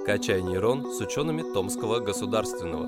«Качай нейрон» с учеными Томского государственного.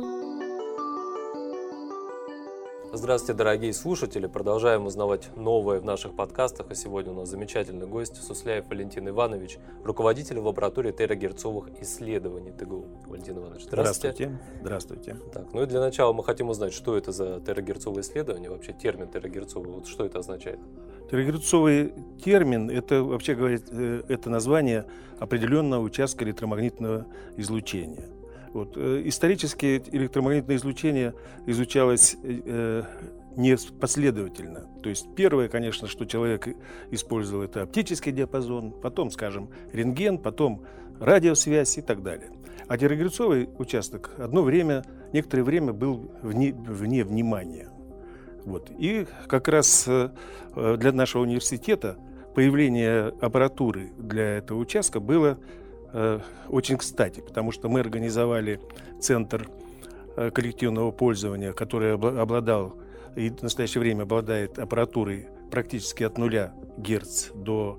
Здравствуйте, дорогие слушатели! Продолжаем узнавать новое в наших подкастах. И сегодня у нас замечательный гость Сусляев Валентин Иванович, руководитель лаборатории терагерцовых исследований ТГУ. Валентин Иванович, здравствуйте. Здравствуйте. Так, ну и для начала мы хотим узнать, что это за терагерцовые исследования, вообще термин терагерцовый, вот что это означает? Терагерцовый термин, это вообще говорит, это название определенного участка электромагнитного излучения. Вот. Исторически электромагнитное излучение изучалось не последовательно. То есть первое, конечно, что человек использовал, это оптический диапазон, потом, скажем, рентген, потом радиосвязь и так далее. А терагерцовый участок некоторое время был вне внимания. Вот. И как раз для нашего университета появление аппаратуры для этого участка было очень кстати, потому что мы организовали центр коллективного пользования, который обладал и в настоящее время обладает аппаратурой практически от 0 Гц до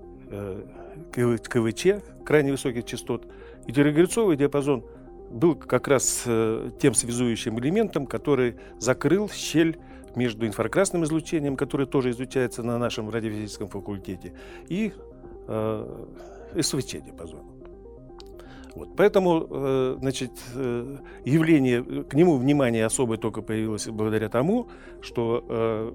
КВЧ, крайне высоких частот. И терагерцовый диапазон был как раз тем связующим элементом, который закрыл щель между инфракрасным излучением, которое тоже изучается на нашем радиофизическом факультете, и СВЧ-диапазоном. Вот. Поэтому явление, к нему внимание особое только появилось благодаря тому, что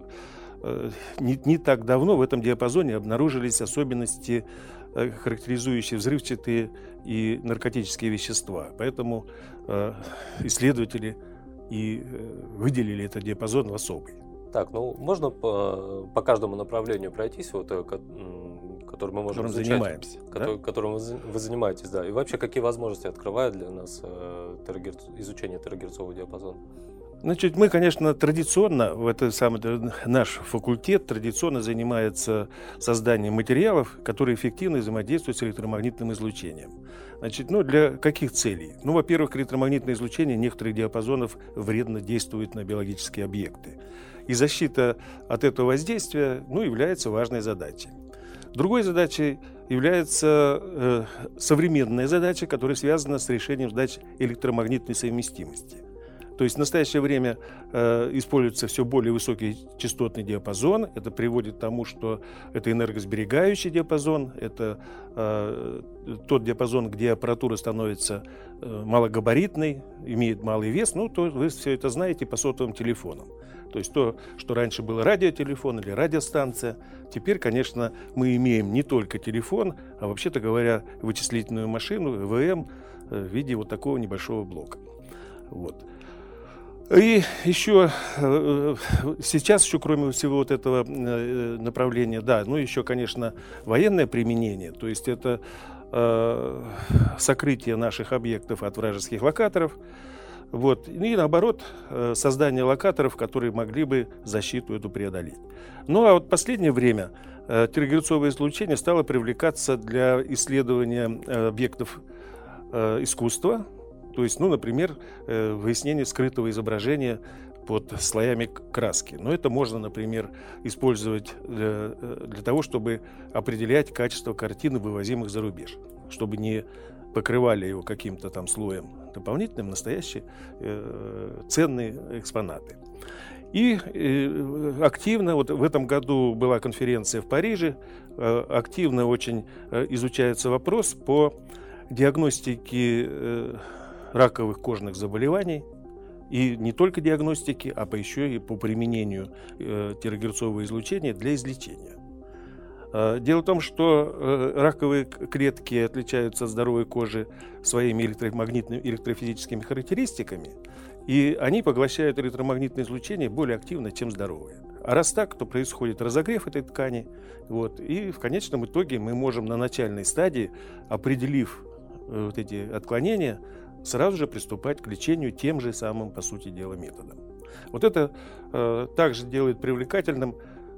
не так давно в этом диапазоне обнаружились особенности, характеризующие взрывчатые и наркотические вещества. Поэтому исследователи и выделили этот диапазон в особый. Так, ну можно по каждому направлению пройтись, которым мы можем изучать, которым вы занимаетесь, да, и вообще какие возможности открывает для нас изучение терагерцового диапазона? Значит, мы, конечно, традиционно, наш факультет традиционно занимается созданием материалов, которые эффективно взаимодействуют с электромагнитным излучением. Значит, для каких целей? Во-первых, электромагнитное излучение некоторых диапазонов вредно действует на биологические объекты. И защита от этого воздействия, является важной задачей. Другой задачей является современная задача, которая связана с решением задач электромагнитной совместимости. То есть в настоящее время используется все более высокий частотный диапазон. Это приводит к тому, что это энергосберегающий диапазон, это тот диапазон, где аппаратура становится малогабаритной, имеет малый вес. То вы все это знаете по сотовым телефонам. То есть то, что раньше было радиотелефон или радиостанция, теперь, конечно, мы имеем не только телефон, а, вообще-то говоря, вычислительную машину, ЭВМ, в виде вот такого небольшого блока. Вот. И еще сейчас, кроме всего вот этого направления, еще, конечно, военное применение, то есть это сокрытие наших объектов от вражеских локаторов, вот. И наоборот, создание локаторов, которые могли бы защиту эту преодолеть. А вот в последнее время терагерцовое излучение стало привлекаться для исследования объектов искусства, то есть, например, выяснение скрытого изображения под слоями краски. Это можно, например, использовать для того, чтобы определять качество картины, вывозимых за рубеж, чтобы не покрывали его каким-то там слоем дополнительным настоящие ценные экспонаты. И активно, в этом году была конференция в Париже, активно очень изучается вопрос по диагностике раковых кожных заболеваний, и не только диагностики, а еще и по применению терагерцового излучения для излечения. Дело в том, что раковые клетки отличаются от здоровой кожи своими электрофизическими характеристиками, и они поглощают электромагнитное излучение более активно, чем здоровые. А раз так, то происходит разогрев этой ткани, и в конечном итоге мы можем на начальной стадии, определив эти отклонения, сразу же приступать к лечению тем же самым, по сути дела, методом. Это также делает привлекательным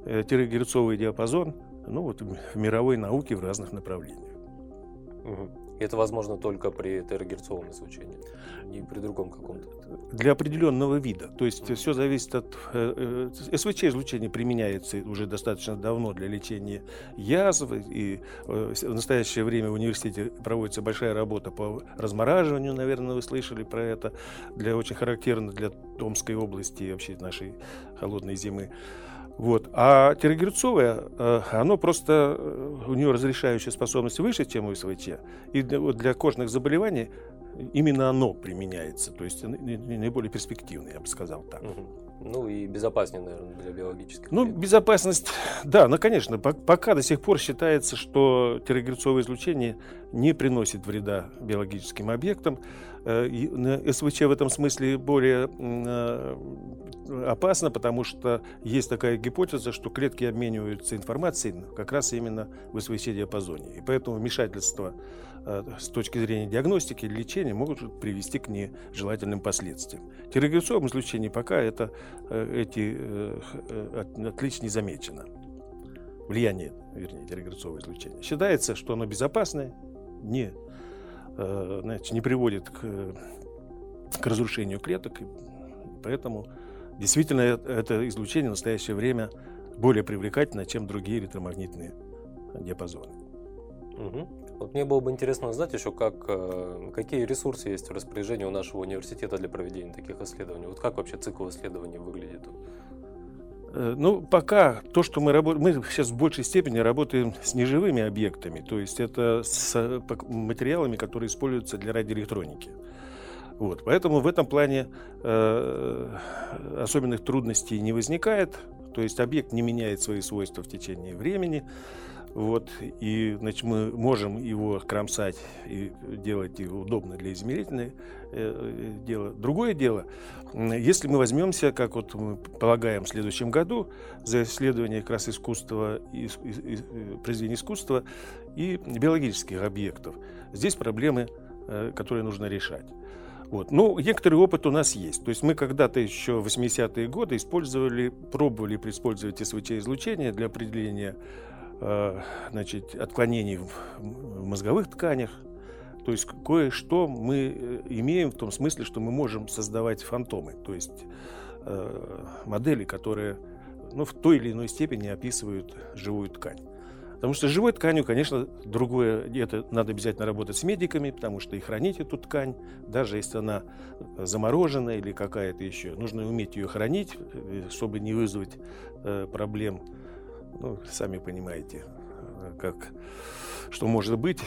терагерцовый диапазон в мировой науке в разных направлениях. И это возможно только при терагерцовом излучении, не при другом каком-то? Для определенного вида. То есть все зависит от... СВЧ-излучение применяется уже достаточно давно для лечения язв. И в настоящее время в университете проводится большая работа по размораживанию, наверное, вы слышали про это. Очень характерно для Томской области и вообще нашей холодной зимы. Вот. А терагерцовое, оно просто, у него разрешающая способность выше, чем у СВЧ. И для кожных заболеваний именно оно применяется. То есть наиболее перспективное, я бы сказал так. Ну и безопаснее, наверное, для биологических. Безопасность, да, конечно. Пока до сих пор считается, что терагерцовое излучение не приносит вреда биологическим объектам. СВЧ в этом смысле более опасно, потому что есть такая гипотеза, что клетки обмениваются информацией как раз именно в СВЧ-диапазоне. И поэтому вмешательство с точки зрения диагностики или лечения могут привести к нежелательным последствиям. В терагерцовом излучении пока эти отличий не замечено. Влияние, терагерцового излучения. Считается, что оно безопасное, не приводит к разрушению клеток. И поэтому действительно это излучение в настоящее время более привлекательно, чем другие электромагнитные диапазоны. Вот мне было бы интересно узнать еще, какие ресурсы есть в распоряжении у нашего университета для проведения таких исследований. Вот как вообще цикл исследований выглядит? Пока то, что мы сейчас в большей степени работаем с неживыми объектами, то есть это с материалами, которые используются для радиоэлектроники. Вот, поэтому в этом плане особенных трудностей не возникает, то есть объект не меняет свои свойства в течение времени. Вот, и мы можем его кромсать и делать его удобно для измерительного дела. Другое дело, если мы возьмемся, как вот мы полагаем в следующем году, за исследование как раз искусства, произведений искусства и биологических объектов. Здесь проблемы, которые нужно решать. Вот. Некоторый опыт у нас есть. То есть мы когда-то еще в 80-е годы пробовали использовать СВЧ-излучение для определения отклонений в мозговых тканях. То есть кое-что мы имеем в том смысле, что мы можем создавать фантомы, то есть модели, которые в той или иной степени описывают живую ткань. Потому что с живой тканью, конечно, это надо обязательно работать с медиками, потому что и хранить эту ткань, даже если она заморожена или какая-то еще, нужно уметь ее хранить, чтобы не вызвать проблем. Сами понимаете, что может быть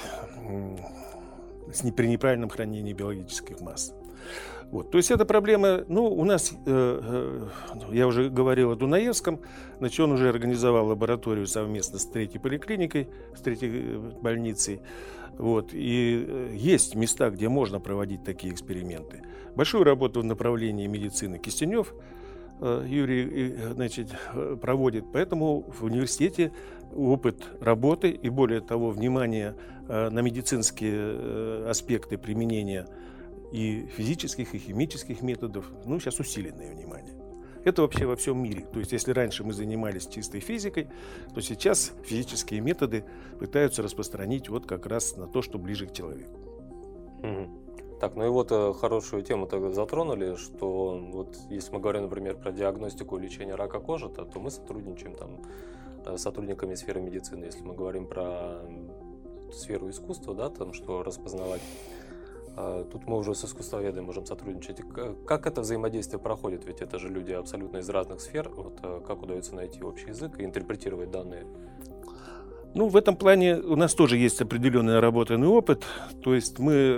при неправильном хранении биологических масс. Вот. То есть эта проблема, у нас, я уже говорил о Дунаевском, он уже организовал лабораторию совместно с третьей поликлиникой, с третьей больницей. Вот. И есть места, где можно проводить такие эксперименты. Большую работу в направлении медицины Кистенев Юрий проводит. Поэтому в университете опыт работы и, более того, внимание на медицинские аспекты применения и физических, и химических методов, сейчас усиленное внимание. Это вообще во всем мире. То есть, если раньше мы занимались чистой физикой, то сейчас физические методы пытаются распространить как раз на то, что ближе к человеку. Так, хорошую тему затронули, что если мы говорим, например, про диагностику и лечение рака кожи, то мы сотрудничаем с сотрудниками сферы медицины. Если мы говорим про сферу искусства, что распознавать, тут мы уже с искусствоведами можем сотрудничать. Как это взаимодействие проходит? Ведь это же люди абсолютно из разных сфер. Как удается найти общий язык и интерпретировать данные? В этом плане у нас тоже есть определенный наработанный опыт. То есть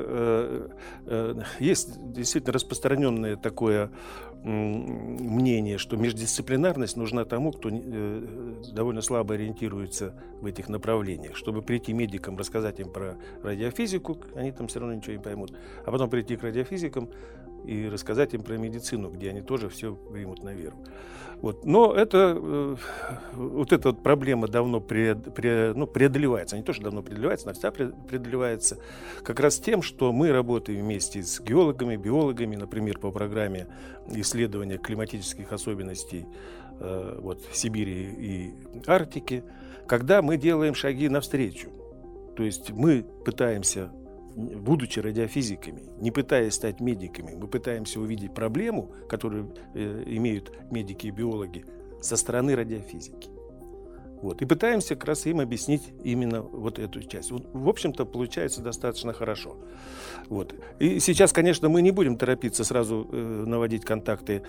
есть действительно распространенное такое мнение, что междисциплинарность нужна тому, кто довольно слабо ориентируется в этих направлениях. Чтобы прийти медикам, рассказать им про радиофизику, они там все равно ничего не поймут. А потом прийти к радиофизикам и рассказать им про медицину, где они тоже все примут на веру. Но эта проблема давно преодолевается. Не то, что давно преодолевается, она вся преодолевается как раз тем, что мы работаем вместе с геологами, биологами, например, по программе исследования климатических особенностей Сибири и Арктики, когда мы делаем шаги навстречу. То есть мы пытаемся будучи радиофизиками, не пытаясь стать медиками, мы пытаемся увидеть проблему, которую имеют медики и биологи, со стороны радиофизики. Вот. И пытаемся как раз им объяснить именно вот эту часть. Вот, в общем-то, получается достаточно хорошо. Вот. И сейчас, конечно, мы не будем торопиться сразу наводить контакты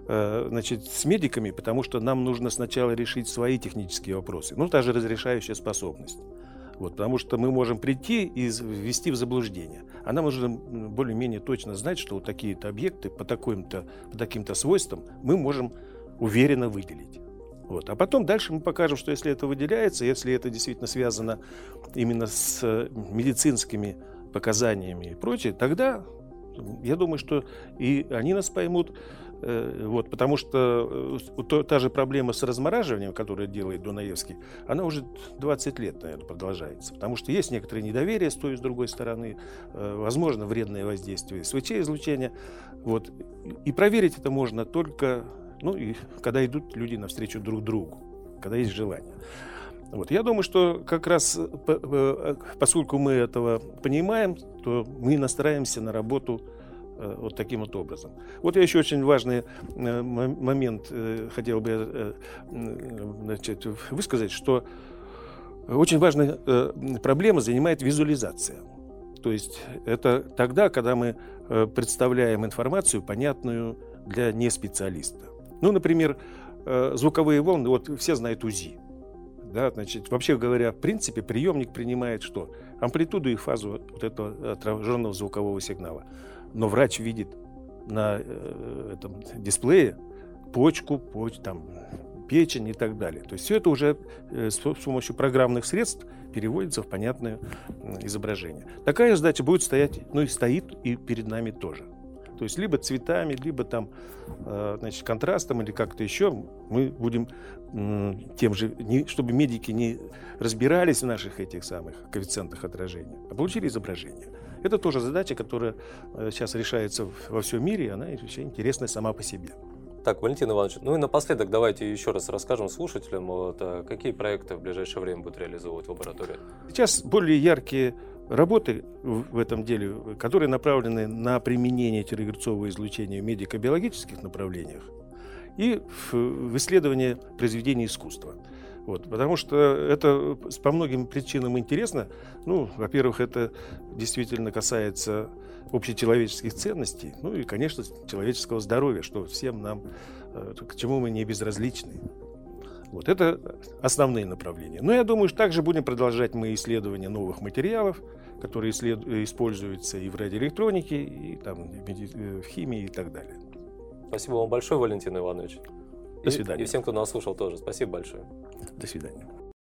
с медиками, потому что нам нужно сначала решить свои технические вопросы. Ну, та же разрешающая способность. Вот, потому что мы можем прийти и ввести в заблуждение. А нам нужно более-менее точно знать, что вот такие-то объекты по таким-то свойствам мы можем уверенно выделить. Вот. А потом дальше мы покажем, что если это выделяется, если это действительно связано именно с медицинскими показаниями и прочее, тогда я думаю, что и они нас поймут. Вот, потому что та же проблема с размораживанием, которую делает Дунаевский, она уже 20 лет, наверное, продолжается. Потому что есть некоторое недоверие с той и с другой стороны, возможно, вредное воздействие СВЧ-излучения. Вот. И проверить это можно только, и когда идут люди навстречу друг другу, когда есть желание. Вот. Я думаю, что как раз поскольку мы этого понимаем, то мы настраиваемся на работу вот таким вот образом. Вот я еще очень важный момент хотел бы высказать, что очень важная проблема занимает визуализация. То есть это тогда, когда мы представляем информацию, понятную для неспециалиста. Например, звуковые волны, вот все знают УЗИ. Да, вообще говоря, в принципе, приемник принимает что? Амплитуду и фазу вот этого отраженного звукового сигнала. Но врач видит на этом дисплее почку, печень и так далее. То есть все это уже с помощью программных средств переводится в понятное изображение. Такая задача будет стоять, и стоит и перед нами тоже. То есть либо цветами, либо контрастом или как-то еще мы будем тем же, чтобы медики не разбирались в наших этих самых коэффициентах отражения, а получили изображение. Это тоже задача, которая сейчас решается во всем мире, и она еще интересная сама по себе. Так, Валентин Иванович, и напоследок давайте еще раз расскажем слушателям, какие проекты в ближайшее время будут реализовывать в лаборатории. Сейчас более яркие работы в этом деле, которые направлены на применение терагерцового излучения в медико-биологических направлениях и в исследовании произведений искусства. Вот, потому что это по многим причинам интересно. Во-первых, это действительно касается общечеловеческих ценностей, и, конечно, человеческого здоровья, что всем нам, к чему мы не безразличны. Вот это основные направления. Но я думаю, что также будем продолжать мы исследования новых материалов, которые используются и в радиоэлектронике, и в химии и так далее. Спасибо вам большое, Валентин Иванович. До свидания. И всем, кто нас слушал, тоже. Спасибо большое. До свидания.